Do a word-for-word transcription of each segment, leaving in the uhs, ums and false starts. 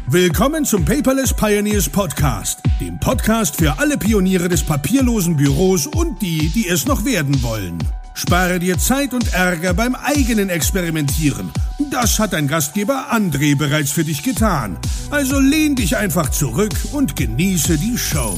Willkommen zum Paperless Pioneers Podcast, dem Podcast für alle Pioniere des papierlosen Büros und die, die es noch werden wollen. Spare dir Zeit und Ärger beim eigenen Experimentieren. Das hat dein Gastgeber André bereits für dich getan. Also lehn dich einfach zurück und genieße die Show.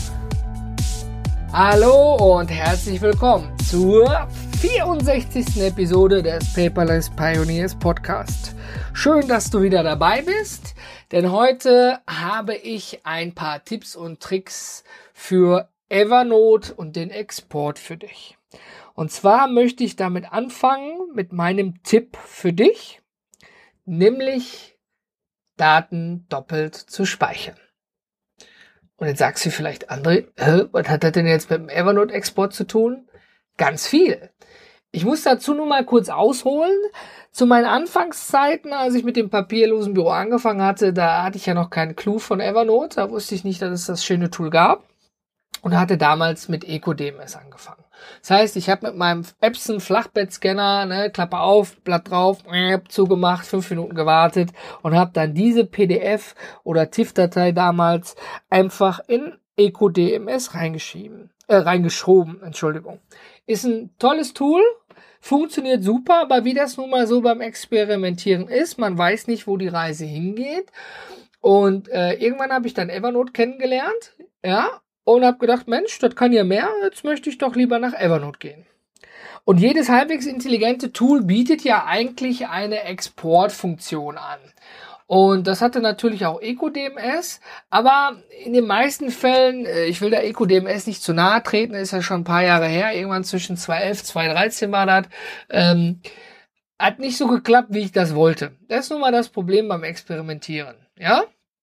Hallo und herzlich willkommen zur vierundsechzigsten Episode des Paperless Pioneers Podcast. Schön, dass du wieder dabei bist, denn heute habe ich ein paar Tipps und Tricks für Evernote und den Export für dich. Und zwar möchte ich damit anfangen mit meinem Tipp für dich, nämlich Daten doppelt zu speichern. Und jetzt sagst du vielleicht, André, äh, was hat das denn jetzt mit dem Evernote-Export zu tun? Ganz viel. Ich muss dazu nur mal kurz ausholen. Zu meinen Anfangszeiten, als ich mit dem papierlosen Büro angefangen hatte, da hatte ich ja noch keinen Clou von Evernote. Da wusste ich nicht, dass es das schöne Tool gab. Und hatte damals mit EcoDMS angefangen. Das heißt, ich habe mit meinem Epson Flachbettscanner, ne, Klappe auf, Blatt drauf, äh, zugemacht, fünf Minuten gewartet und habe dann diese P D F oder T I F-Datei damals einfach in EcoDMS reingeschrieben, äh, reingeschoben, Entschuldigung. Ist ein tolles Tool, funktioniert super, aber wie das nun mal so beim Experimentieren ist, man weiß nicht, wo die Reise hingeht. Und äh, irgendwann habe ich dann Evernote kennengelernt, ja, und habe gedacht, Mensch, das kann ja mehr, jetzt möchte ich doch lieber nach Evernote gehen. Und jedes halbwegs intelligente Tool bietet ja eigentlich eine Exportfunktion an. Und das hatte natürlich auch EcoDMS, aber in den meisten Fällen, ich will der EcoDMS nicht zu nahe treten, ist ja schon ein paar Jahre her, irgendwann zwischen zweitausendelf, zweitausenddreizehn war das, ähm, hat nicht so geklappt, wie ich das wollte. Das ist nun mal das Problem beim Experimentieren, ja?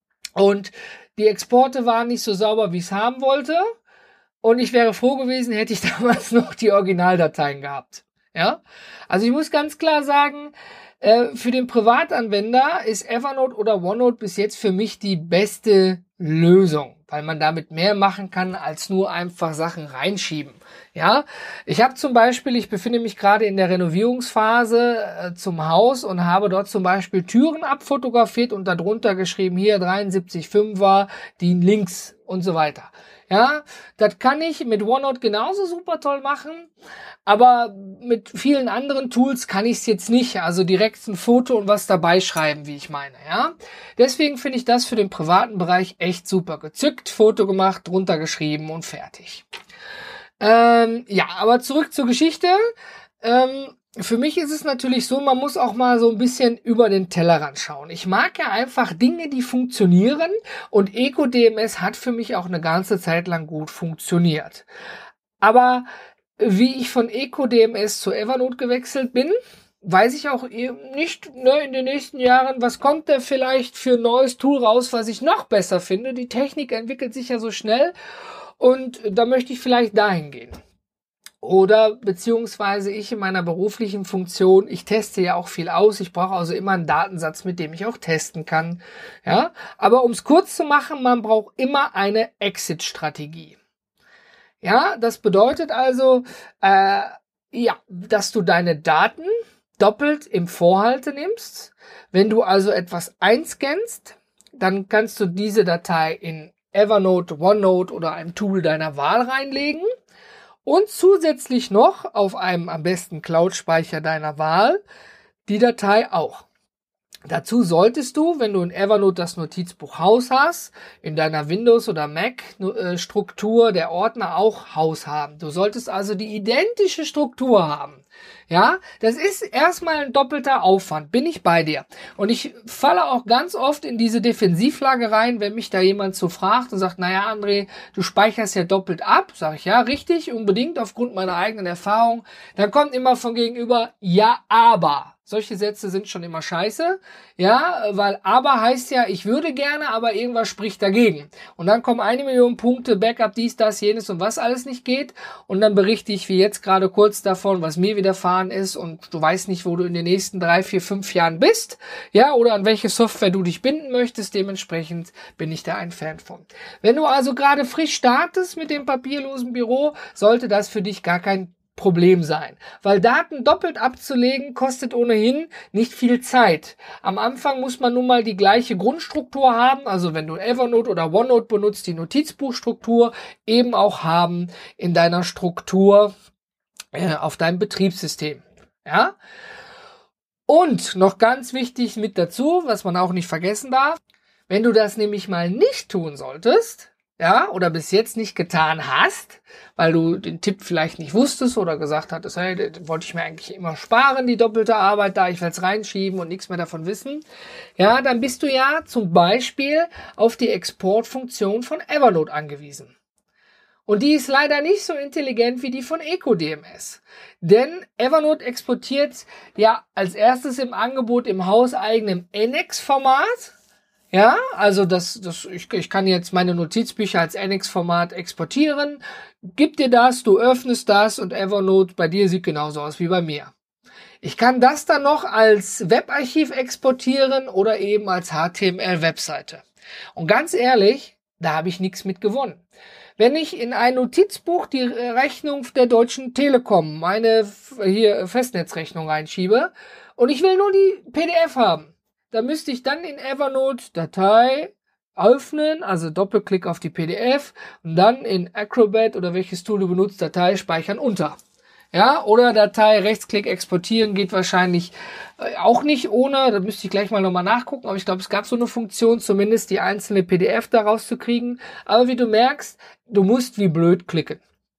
Und die Exporte waren nicht so sauber, wie ich es haben wollte. Und ich wäre froh gewesen, hätte ich damals noch die Originaldateien gehabt. Ja, also ich muss ganz klar sagen, äh, für den Privatanwender ist Evernote oder OneNote bis jetzt für mich die beste Lösung, weil man damit mehr machen kann, als nur einfach Sachen reinschieben. Ja, ich habe zum Beispiel, ich befinde mich gerade in der Renovierungsphase äh, zum Haus und habe dort zum Beispiel Türen abfotografiert und darunter geschrieben, hier dreiundsiebzig Komma fünfer, die links und so weiter. Ja, das kann ich mit OneNote genauso super toll machen, aber mit vielen anderen Tools kann ich es jetzt nicht, also direkt ein Foto und was dabei schreiben, wie ich meine, ja. Deswegen finde ich das für den privaten Bereich echt super. Gezückt, Foto gemacht, drunter geschrieben und fertig. Ähm, ja, aber zurück zur Geschichte. Ähm, Für mich ist es natürlich so, man muss auch mal so ein bisschen über den Tellerrand schauen. Ich mag ja einfach Dinge, die funktionieren, und EcoDMS hat für mich auch eine ganze Zeit lang gut funktioniert. Aber wie ich von EcoDMS zu Evernote gewechselt bin, weiß ich auch nicht, ne, in den nächsten Jahren, was kommt da vielleicht für ein neues Tool raus, was ich noch besser finde. Die Technik entwickelt sich ja so schnell und da möchte ich vielleicht dahin gehen. Oder beziehungsweise ich in meiner beruflichen Funktion, ich teste ja auch viel aus, ich brauche also immer einen Datensatz, mit dem ich auch testen kann. Ja, aber um es kurz zu machen, man braucht immer eine Exit-Strategie. Ja, das bedeutet also, äh, ja, dass du deine Daten doppelt im Vorhalte nimmst. Wenn du also etwas einscannst, dann kannst du diese Datei in Evernote, OneNote oder einem Tool deiner Wahl reinlegen. Und zusätzlich noch auf einem am besten Cloud-Speicher deiner Wahl die Datei auch. Dazu solltest du, wenn du in Evernote das Notizbuch Haus hast, in deiner Windows- oder Mac-Struktur der Ordner auch Haus haben. Du solltest also die identische Struktur haben. Ja, das ist erstmal ein doppelter Aufwand, bin ich bei dir. Und ich falle auch ganz oft in diese Defensivlage rein, wenn mich da jemand so fragt und sagt, naja, André, du speicherst ja doppelt ab. Sag ich, ja, richtig, unbedingt, aufgrund meiner eigenen Erfahrung. Dann kommt immer von gegenüber, ja, aber. Solche Sätze sind schon immer scheiße, ja, weil aber heißt ja, ich würde gerne, aber irgendwas spricht dagegen. Und dann kommen eine Million Punkte, Backup, dies, das, jenes und was alles nicht geht. Und dann berichte ich, wie jetzt gerade kurz davon, was mir widerfahren ist, und du weißt nicht, wo du in den nächsten drei, vier, fünf Jahren bist, ja, oder an welche Software du dich binden möchtest. Dementsprechend bin ich da ein Fan von. Wenn du also gerade frisch startest mit dem papierlosen Büro, sollte das für dich gar kein Problem sein, weil Daten doppelt abzulegen kostet ohnehin nicht viel Zeit. Am Anfang muss man nun mal die gleiche Grundstruktur haben, also wenn du Evernote oder OneNote benutzt, die Notizbuchstruktur eben auch haben in deiner Struktur äh, auf deinem Betriebssystem. Ja? Und noch ganz wichtig mit dazu, was man auch nicht vergessen darf, wenn du das nämlich mal nicht tun solltest, ja, oder bis jetzt nicht getan hast, weil du den Tipp vielleicht nicht wusstest oder gesagt hattest, hey, das wollte ich mir eigentlich immer sparen, die doppelte Arbeit da, ich will es reinschieben und nichts mehr davon wissen, ja, dann bist du ja zum Beispiel auf die Exportfunktion von Evernote angewiesen. Und die ist leider nicht so intelligent wie die von EcoDMS. Denn Evernote exportiert ja als erstes im Angebot im hauseigenen N X Format. Ja, also das, das, ich, ich kann jetzt meine Notizbücher als N X Format exportieren. Gib dir das, du öffnest das und Evernote bei dir sieht genauso aus wie bei mir. Ich kann das dann noch als Webarchiv exportieren oder eben als H T M L-Webseite. Und ganz ehrlich, da habe ich nichts mit gewonnen. Wenn ich in ein Notizbuch die Rechnung der Deutschen Telekom, meine hier Festnetzrechnung reinschiebe und ich will nur die P D F haben, da müsste ich dann in Evernote Datei öffnen, also Doppelklick auf die P D F und dann in Acrobat oder welches Tool du benutzt, Datei speichern unter. Ja, oder Datei Rechtsklick exportieren geht wahrscheinlich auch nicht ohne, da müsste ich gleich mal nochmal nachgucken, aber ich glaube, es gab so eine Funktion, zumindest die einzelne P D F daraus zu kriegen. Aber wie du merkst, du musst wie blöd klicken.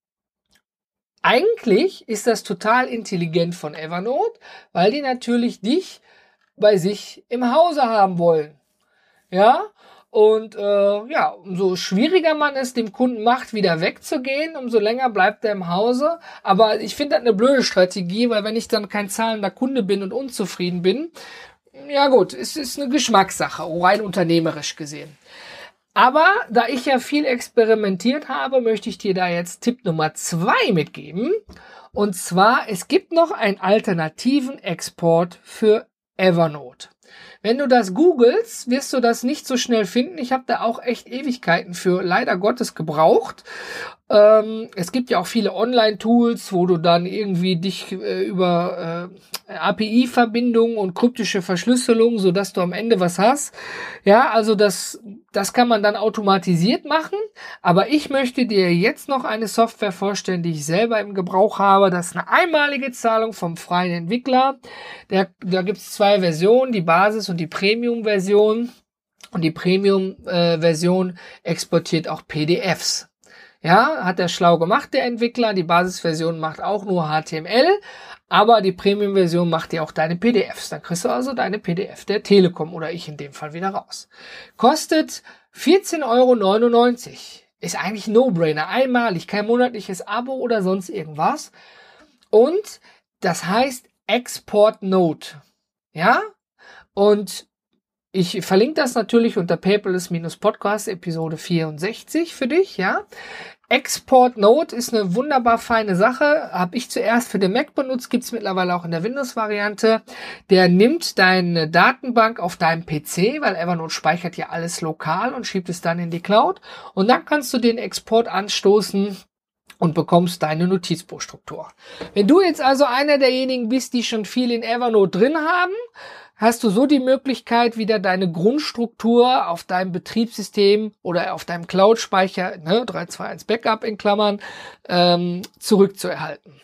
Eigentlich ist das total intelligent von Evernote, weil die natürlich dich bei sich im Hause haben wollen. Ja, und äh, ja, umso schwieriger man es dem Kunden macht, wieder wegzugehen, umso länger bleibt er im Hause. Aber ich finde das eine blöde Strategie, weil wenn ich dann kein zahlender Kunde bin und unzufrieden bin, ja gut, es ist eine Geschmackssache, rein unternehmerisch gesehen. Aber da ich ja viel experimentiert habe, möchte ich dir da jetzt Tipp Nummer zwei mitgeben. Und zwar, es gibt noch einen alternativen Export für Evernote. Wenn du das googelst, wirst du das nicht so schnell finden. Ich habe da auch echt Ewigkeiten für leider Gottes gebraucht. Ähm, es gibt ja auch viele Online-Tools, wo du dann irgendwie dich äh, über äh, A P I-Verbindungen und kryptische Verschlüsselung, sodass du am Ende was hast. Ja, also das, das kann man dann automatisiert machen. Aber ich möchte dir jetzt noch eine Software vorstellen, die ich selber im Gebrauch habe. Das ist eine einmalige Zahlung vom freien Entwickler. Der, da gibt es zwei Versionen, die Basis- und die Premium-Version. Und die Premium-Version äh, exportiert auch P D Fs. Ja, hat er schlau gemacht, der Entwickler. Die Basisversion macht auch nur H T M L, aber die Premium-Version macht dir auch deine P D Fs. Dann kriegst du also deine P D F der Telekom oder ich in dem Fall wieder raus. Kostet vierzehn Euro neunundneunzig. Ist eigentlich No-Brainer. Einmalig, kein monatliches Abo oder sonst irgendwas. Und das heißt Export Note. Ja, und ich verlinke das natürlich unter Paperless-Podcast Episode vierundsechzig für dich, ja. Export Note ist eine wunderbar feine Sache. Habe ich zuerst für den Mac benutzt, gibt's mittlerweile auch in der Windows-Variante. Der nimmt deine Datenbank auf deinem P C, weil Evernote speichert ja alles lokal und schiebt es dann in die Cloud. Und dann kannst du den Export anstoßen und bekommst deine Notizbuchstruktur. Wenn du jetzt also einer derjenigen bist, die schon viel in Evernote drin haben, hast du so die Möglichkeit, wieder deine Grundstruktur auf deinem Betriebssystem oder auf deinem Cloud-Speicher, ne, drei zwei eins Backup in Klammern, ähm, zurückzuerhalten.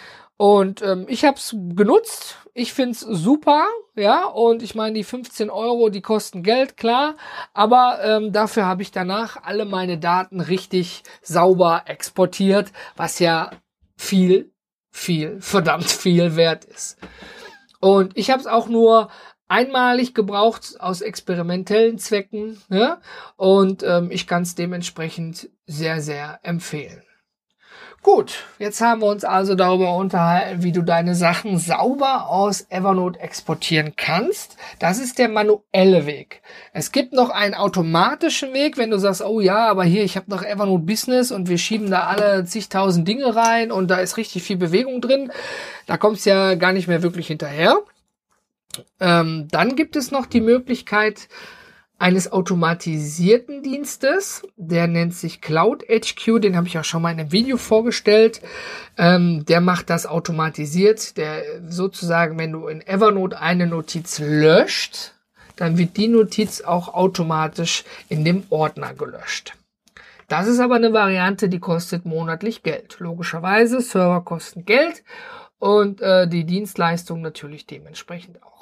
Und ähm, ich habe es genutzt. Ich find's super, ja. Und ich meine, die fünfzehn Euro, die kosten Geld, klar. Aber ähm, dafür habe ich danach alle meine Daten richtig sauber exportiert, was ja viel, viel, verdammt viel wert ist. Und ich habe es auch nur einmalig gebraucht aus experimentellen Zwecken, ne? Und ähm, ich kann es dementsprechend sehr, sehr empfehlen. Gut, jetzt haben wir uns also darüber unterhalten, wie du deine Sachen sauber aus Evernote exportieren kannst. Das ist der manuelle Weg. Es gibt noch einen automatischen Weg, wenn du sagst, oh ja, aber hier, ich habe noch Evernote Business und wir schieben da alle zigtausend Dinge rein und da ist richtig viel Bewegung drin. Da kommst du ja gar nicht mehr wirklich hinterher. Ähm, dann gibt es noch die Möglichkeit, eines automatisierten Dienstes, der nennt sich Cloud H Q, den habe ich auch schon mal in einem Video vorgestellt. Ähm, der macht das automatisiert, der sozusagen, wenn du in Evernote eine Notiz löscht, dann wird die Notiz auch automatisch in dem Ordner gelöscht. Das ist aber eine Variante, die kostet monatlich Geld. Logischerweise, Server kosten Geld und äh, die Dienstleistung natürlich dementsprechend auch.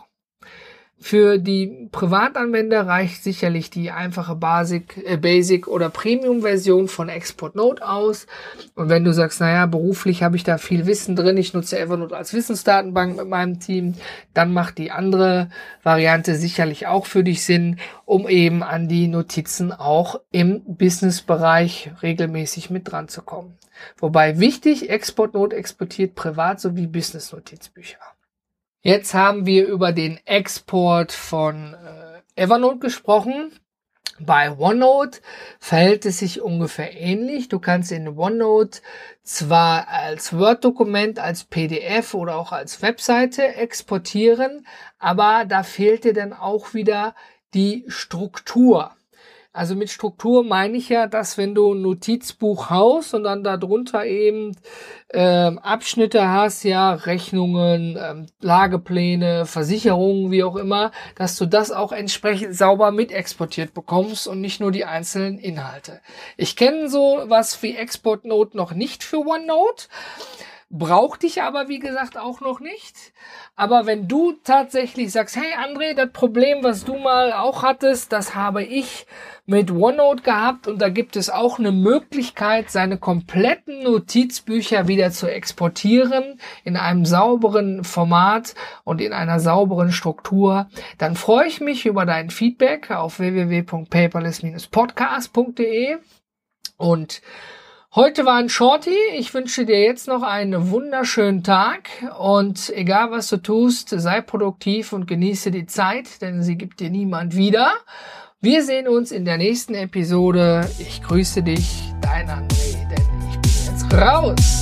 Für die Privatanwender reicht sicherlich die einfache Basic, äh, Basic oder Premium-Version von Export Note aus. Und wenn du sagst, naja, beruflich habe ich da viel Wissen drin, ich nutze Evernote als Wissensdatenbank mit meinem Team, dann macht die andere Variante sicherlich auch für dich Sinn, um eben an die Notizen auch im Business-Bereich regelmäßig mit dran zu kommen. Wobei wichtig, Export Note exportiert Privat- sowie Business-Notizbücher. Jetzt haben wir über den Export von äh, Evernote gesprochen. Bei OneNote verhält es sich ungefähr ähnlich. Du kannst in OneNote zwar als Word-Dokument, als P D F oder auch als Webseite exportieren, aber da fehlt dir dann auch wieder die Struktur. Also mit Struktur meine ich ja, dass wenn du ein Notizbuch haust und dann darunter eben ähm, Abschnitte hast, ja, Rechnungen, ähm, Lagepläne, Versicherungen, wie auch immer, dass du das auch entsprechend sauber mit exportiert bekommst und nicht nur die einzelnen Inhalte. Ich kenne so was wie Export Note noch nicht für OneNote. Braucht dich aber, wie gesagt, auch noch nicht. Aber wenn du tatsächlich sagst, hey André, das Problem, was du mal auch hattest, das habe ich mit OneNote gehabt und da gibt es auch eine Möglichkeit, seine kompletten Notizbücher wieder zu exportieren in einem sauberen Format und in einer sauberen Struktur, dann freue ich mich über dein Feedback auf w w w punkt paperless dash podcast punkt d e und heute war ein Shorty. Ich wünsche dir jetzt noch einen wunderschönen Tag und egal was du tust, sei produktiv und genieße die Zeit, denn sie gibt dir niemand wieder. Wir sehen uns in der nächsten Episode. Ich grüße dich, dein André, denn ich bin jetzt raus.